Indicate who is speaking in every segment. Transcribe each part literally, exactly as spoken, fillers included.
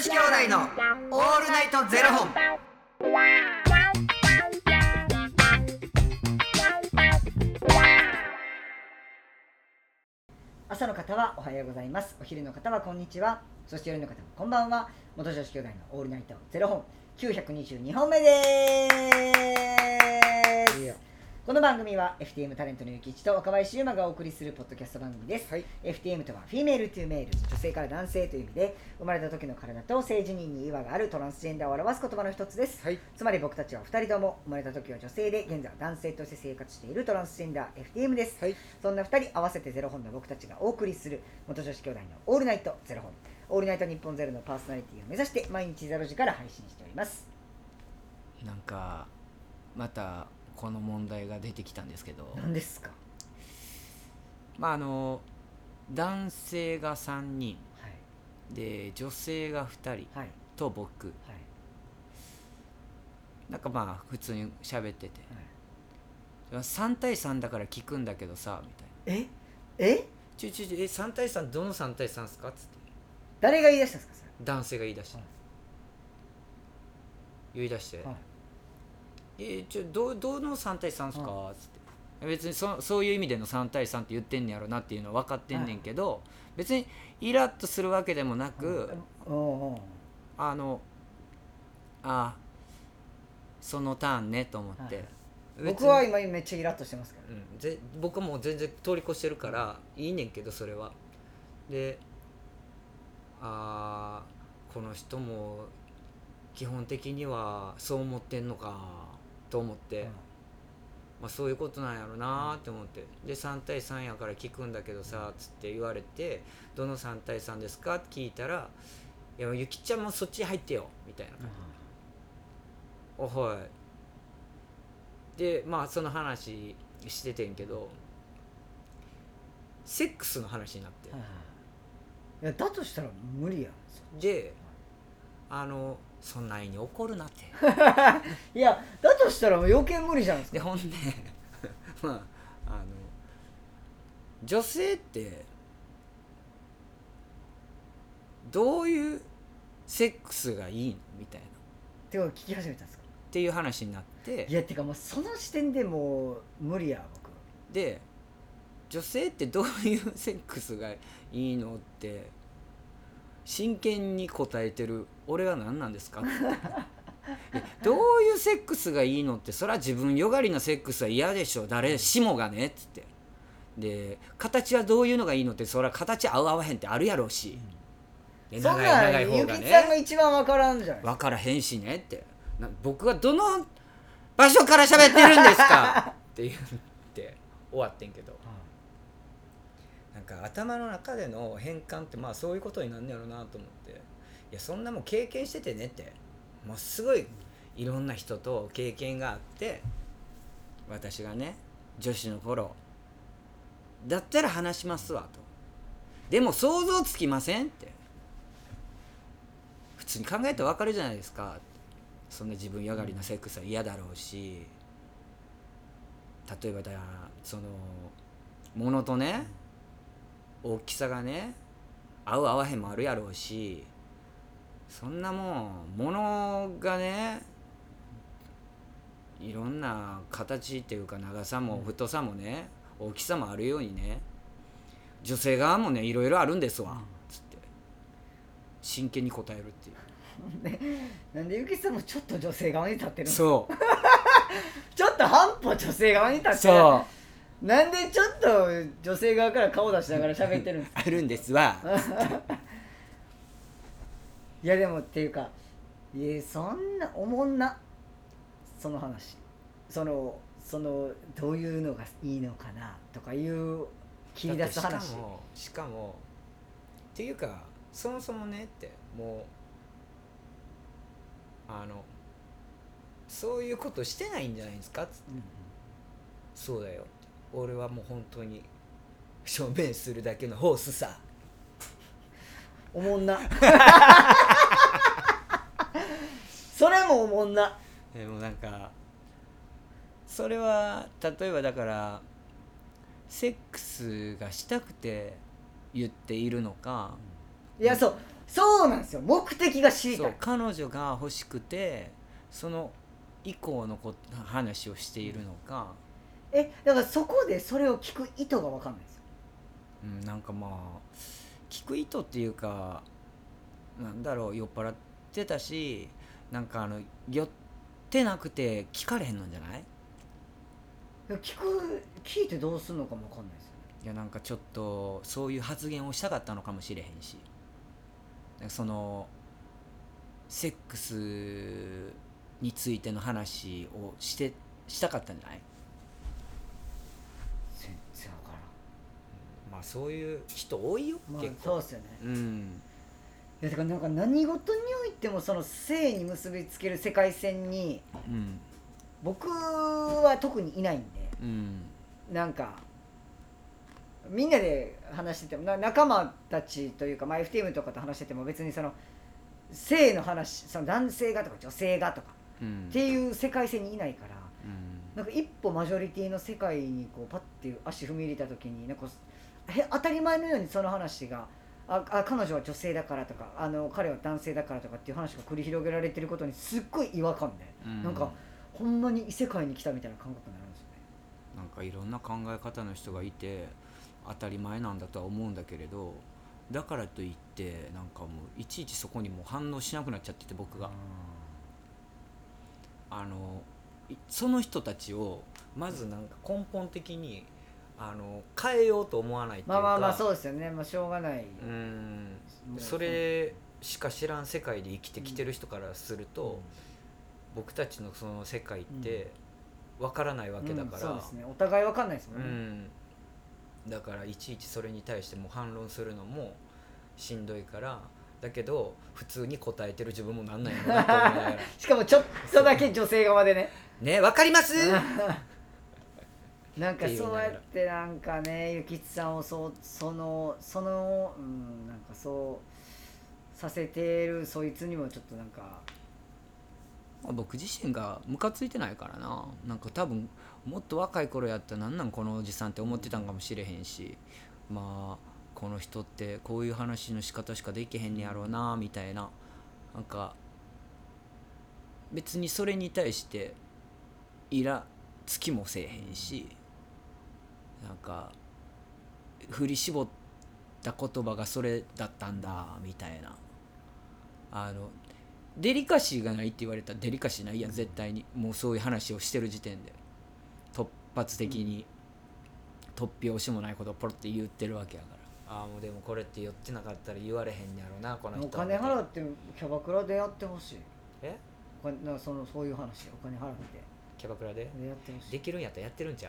Speaker 1: 子兄弟のオールナイトゼロ本。
Speaker 2: 朝の方はおはようございます。お昼の方はこんにちは。そして夜の方はこんばんは。元女子兄弟のオールナイトゼロ本きゅうひゃくにじゅうにほんめです。いいこの番組は エフティーエム タレントのゆきいちと若林優馬がお送りするポッドキャスト番組です、はい、エフティーエム とはフィメールトゥーメール、女性から男性という意味で、生まれた時の体と性自認に違和があるトランスジェンダーを表す言葉の一つです、はい、つまり僕たちはふたりとも生まれた時は女性で現在は男性として生活しているトランスジェンダー エフティーエム です、はい、そんなふたり合わせてゼロ本の僕たちがお送りする元女子兄弟のオールナイトゼロ本、オールナイト日本ゼロのパーソナリティを目指して毎日ゼロ時から配信しております。
Speaker 1: なんかまたこの問題が出てきたんですけど、
Speaker 2: 何ですか？
Speaker 1: まああの男性がさんにん、はい、で女性がふたりと僕、はい、なんかまあ普通に喋ってて、はい、さん対さんだから聞くんだけどさみたいな。
Speaker 2: ええ
Speaker 1: ちょちょちょえさん対さんどのさん対さんですかっつって。
Speaker 2: 誰が言い出したんですか？それ
Speaker 1: 男性が言い出した、はい、言い出して、はい、えちょ ど, どのさん対さんですか、うん、つって別に そ, そういう意味でのさん対さんって言ってんねやろなっていうのは分かってんねんけど、はい、別にイラッとするわけでもなく、うん、あのあそのターンねと思って、はい、
Speaker 2: 僕は今めっちゃイラッとしてますけど、
Speaker 1: うん、ぜ僕はもう全然通り越してるからいいねんけど、それはであこの人も基本的にはそう思ってんのかと思って、うん、まあ、そういうことなんやろなって思って、でさん対さんやから聞くんだけどさつって言われて、どのさん対さんですかって聞いたら、いやゆきちゃんもそっち入ってよみたいな感じ、うん、おはいでまあその話しててんけど、セックスの話になって、
Speaker 2: いやだとしたら無理やん。
Speaker 1: であのそんなに怒るなって
Speaker 2: いやだとしたらもう余計無理じゃないですか。
Speaker 1: でほんでまああの女性ってどういうセックスがいいのみたいな
Speaker 2: って聞き始めたんですか
Speaker 1: っていう話になって、
Speaker 2: いやてかもうその視点でもう無理や僕
Speaker 1: で女性ってどういうセックスがいいのって真剣に答えてる俺は何なんですかってどういうセックスがいいのって、それは自分よがりなセックスは嫌でしょ誰しもがねっつって、で形はどういうのがいいのって、それは形合う合わへんってあるやろうし、
Speaker 2: うん、そんなゆきさんが一番分からんじゃないですか。
Speaker 1: 分からへんしねって、な僕はどの場所から喋ってるんですかって言って終わってんけど、なんか頭の中での変換ってまあそういうことになんねやろうなと思って、いやそんなもん経験しててねって、もうすごいいろんな人と経験があって、私がね女子の頃だったら話しますわと、でも想像つきませんって、普通に考えて分かるじゃないですか、そんな自分やがりなセックスは嫌だろうし、例えばだそのものとね大きさがね合う合わへんもあるやろうし、そんなもんものがねいろんな形っていうか長さも太さもね大きさもあるようにね、女性側もねいろいろあるんですわ、うん、つって真剣に答えるっていう、
Speaker 2: ね、なんでゆきさんもちょっと女性側に立ってるの？
Speaker 1: そう
Speaker 2: ちょっと半歩女性側に立ってる。そうなんでちょっと女性側から顔出しながら喋ってるんですか？
Speaker 1: あるんですわ
Speaker 2: いやでもっていうか、いやそんなおもんな、その話、そのそのどういうのがいいのかなとかいう切り出す話。
Speaker 1: しかもしかもっていうかそもそもねってもうあのそういうことしてないんじゃないですかっつって、うんうん、そうだよって俺はもう本当に証明するだけのホースさ。
Speaker 2: おもんなそれもおもんな。
Speaker 1: でもなんかそれは例えばだからセックスがしたくて言っているのか、
Speaker 2: いやそうそうなんですよ、目的が知りたい。
Speaker 1: そう彼女が欲しくてその以降のこ話をしているのか、
Speaker 2: えだからそこでそれを聞く意図が分かんないですよ。
Speaker 1: うん、なんかまあ聞く意図っていうかなんだろう、酔っ払ってたしなんかあの酔ってなくて聞かれへんのじゃない？
Speaker 2: いや聞く聞いてどうするのかも分かんないですよね。
Speaker 1: いやなんかちょっとそういう発言をしたかったのかもしれへんし、なんかそのセックスについての話をしてしたかったんじゃない？
Speaker 2: 全然分から
Speaker 1: まあそういう人多いよ、
Speaker 2: ん、まあ、
Speaker 1: 結構
Speaker 2: そうですよね。
Speaker 1: うん
Speaker 2: いやだからなんか何事においてもその性に結びつける世界線に
Speaker 1: うん
Speaker 2: 僕は特にいないんで、
Speaker 1: うん
Speaker 2: なんかみんなで話しててもな仲間たちというか、まあ、エフティーエム とかと話してても別にその性の話、その男性がとか女性がとか
Speaker 1: うん
Speaker 2: っていう世界線にいないから、
Speaker 1: うん
Speaker 2: なんか一歩マジョリティの世界にこうパッて足踏み入れた時になんかへ当たり前のようにその話がああ彼女は女性だからとかあの彼は男性だからとかっていう話が繰り広げられてることにすっごい違和感で、
Speaker 1: うん
Speaker 2: なんかほんまに異世界に来たみたいな感覚になるんですよね。
Speaker 1: なんかいろんな考え方の人がいて当たり前なんだとは思うんだけれど、だからといってなんかもういちいちそこにもう反応しなくなっちゃってて、僕があのその人たちをまずなんか根本的にあの変えようと思わないっていうか、
Speaker 2: まあまあまあそうですよね、まあ、しょうがない。
Speaker 1: うんそれしか知らん世界で生きてきてる人からすると、うん、僕たちのその世界ってわからないわけだから、
Speaker 2: うんうん、そうですね、お互いわかんないですもんね、
Speaker 1: うん、だからいちいちそれに対しても反論するのもしんどいから、だけど普通に答えてる自分もなんないのなと思いながら
Speaker 2: しかもちょっとだけ女性側でね
Speaker 1: ね、わかります
Speaker 2: なんかそうやってなんかね、ゆきつさんをそうそのその、うん、なんかそうさせてるそいつにもちょっとなんか
Speaker 1: 僕自身がムカついてないからな、なんか多分もっと若い頃やったらなんなんこのおじさんって思ってたんかもしれへんし、まあこの人ってこういう話の仕方しかできへんねやろうなみたいな、なんか別にそれに対してイラつきもせえへんし、なんか振り絞った言葉がそれだったんだみたいな、あのデリカシーがないって言われたらデリカシーないやん絶対に、もうそういう話をしてる時点で突発的に突拍子もないことをポロって言ってるわけやから、ああもうでもこれって寄ってなかったら言われへんやろなこの人、
Speaker 2: お金払ってキャバクラでやってほしい。
Speaker 1: え
Speaker 2: お金なそのそういう話お金払って
Speaker 1: キャバクラで
Speaker 2: でやってほしい。
Speaker 1: できるんやったらやってるんちゃう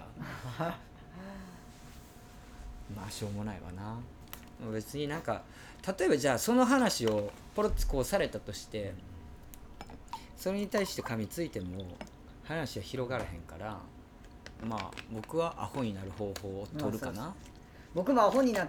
Speaker 1: まあしょうもないわな。別になんか例えばじゃあその話をポロッとこうされたとして、それに対して噛みついても話は広がらへんから、まあ僕はアホになる方法を取るかな、まあ、
Speaker 2: 僕もアホになって、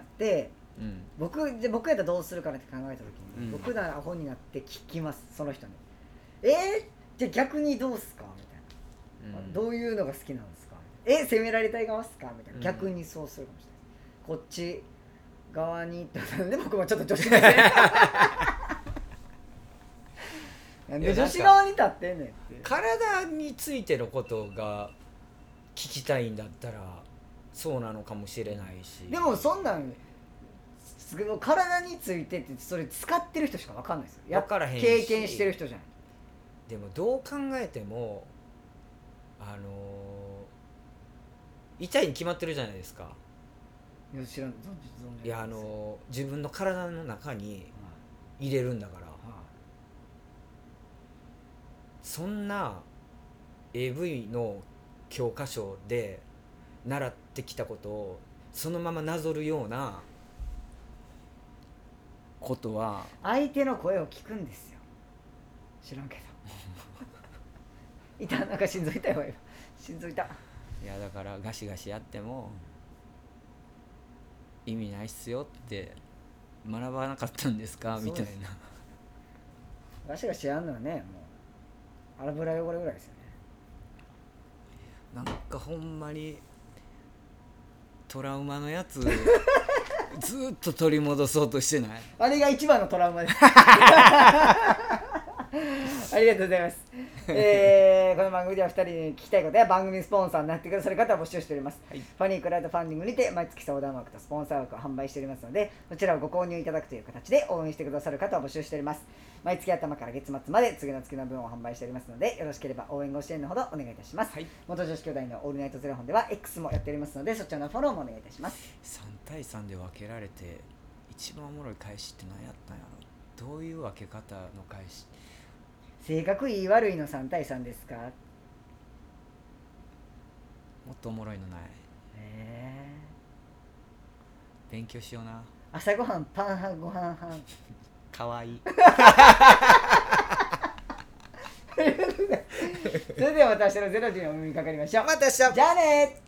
Speaker 2: うん、僕で僕やったらどうするかなって考えた時に、うん、僕ならアホになって聞きます、その人に。えー、じゃあ逆にどうすかみたいな、うん、どういうのが好きなんですか、え責められたい側ですかみたいな、逆にそうするかもしれない。こっち側にってで僕もちょっと女子目線なんで女子側に立ってんねんって。
Speaker 1: 体についてのことが聞きたいんだったらそうなのかもしれないし、
Speaker 2: でもそんなん体についてってそれ使ってる人しか分かんないですよ。や
Speaker 1: 分からへんし
Speaker 2: 経験してる人じゃない。
Speaker 1: でもどう考えてもあのー、痛いに決まってるじゃないですか。
Speaker 2: いや知らん、存じ存じ
Speaker 1: いやあのー、自分の体の中に入れるんだから、はい、そんな エーブイ の教科書で習ってきたことをそのままなぞるようなことは
Speaker 2: 相手の声を聞くんですよ。知らんけどいた、なんか心臓痛いわよ、心臓痛い。
Speaker 1: いやだからガシガシやっても意味ないっすよって学ばなかったんですかみたいな。
Speaker 2: ガシガシやんのはね、もう油汚れぐらいですよね。
Speaker 1: なんかほんまにトラウマのやつずーっと取り戻そうとしてない？
Speaker 2: あれが一番のトラウマですありがとうございます、えー、この番組ではふたりに聞きたいことや番組スポンサーになってくださる方を募集しております、はい、ファニークラウドファンディングにて毎月相談枠とスポンサー枠を販売しておりますので、そちらをご購入いただくという形で応援してくださる方を募集しております。毎月頭から月末まで次の月の分を販売しておりますので、よろしければ応援ご支援のほどお願いいたします、はい、元女子兄弟のオールナイトゼロ本では X もやっておりますので、そちらのフォローもお願いいたします。
Speaker 1: さん対さんで分けられて一番おもろい返しって何やったんやろ。どういう分け方の返し？
Speaker 2: 性格いい悪いのさん対さんですか？も
Speaker 1: っとおもろいのない？
Speaker 2: え
Speaker 1: ー、勉強しような。
Speaker 2: 朝ごはんパン派ご飯派
Speaker 1: かわいい
Speaker 2: それではまた明日のゼロ時にお耳にかかりましょう。
Speaker 1: また明日。
Speaker 2: じゃあねー。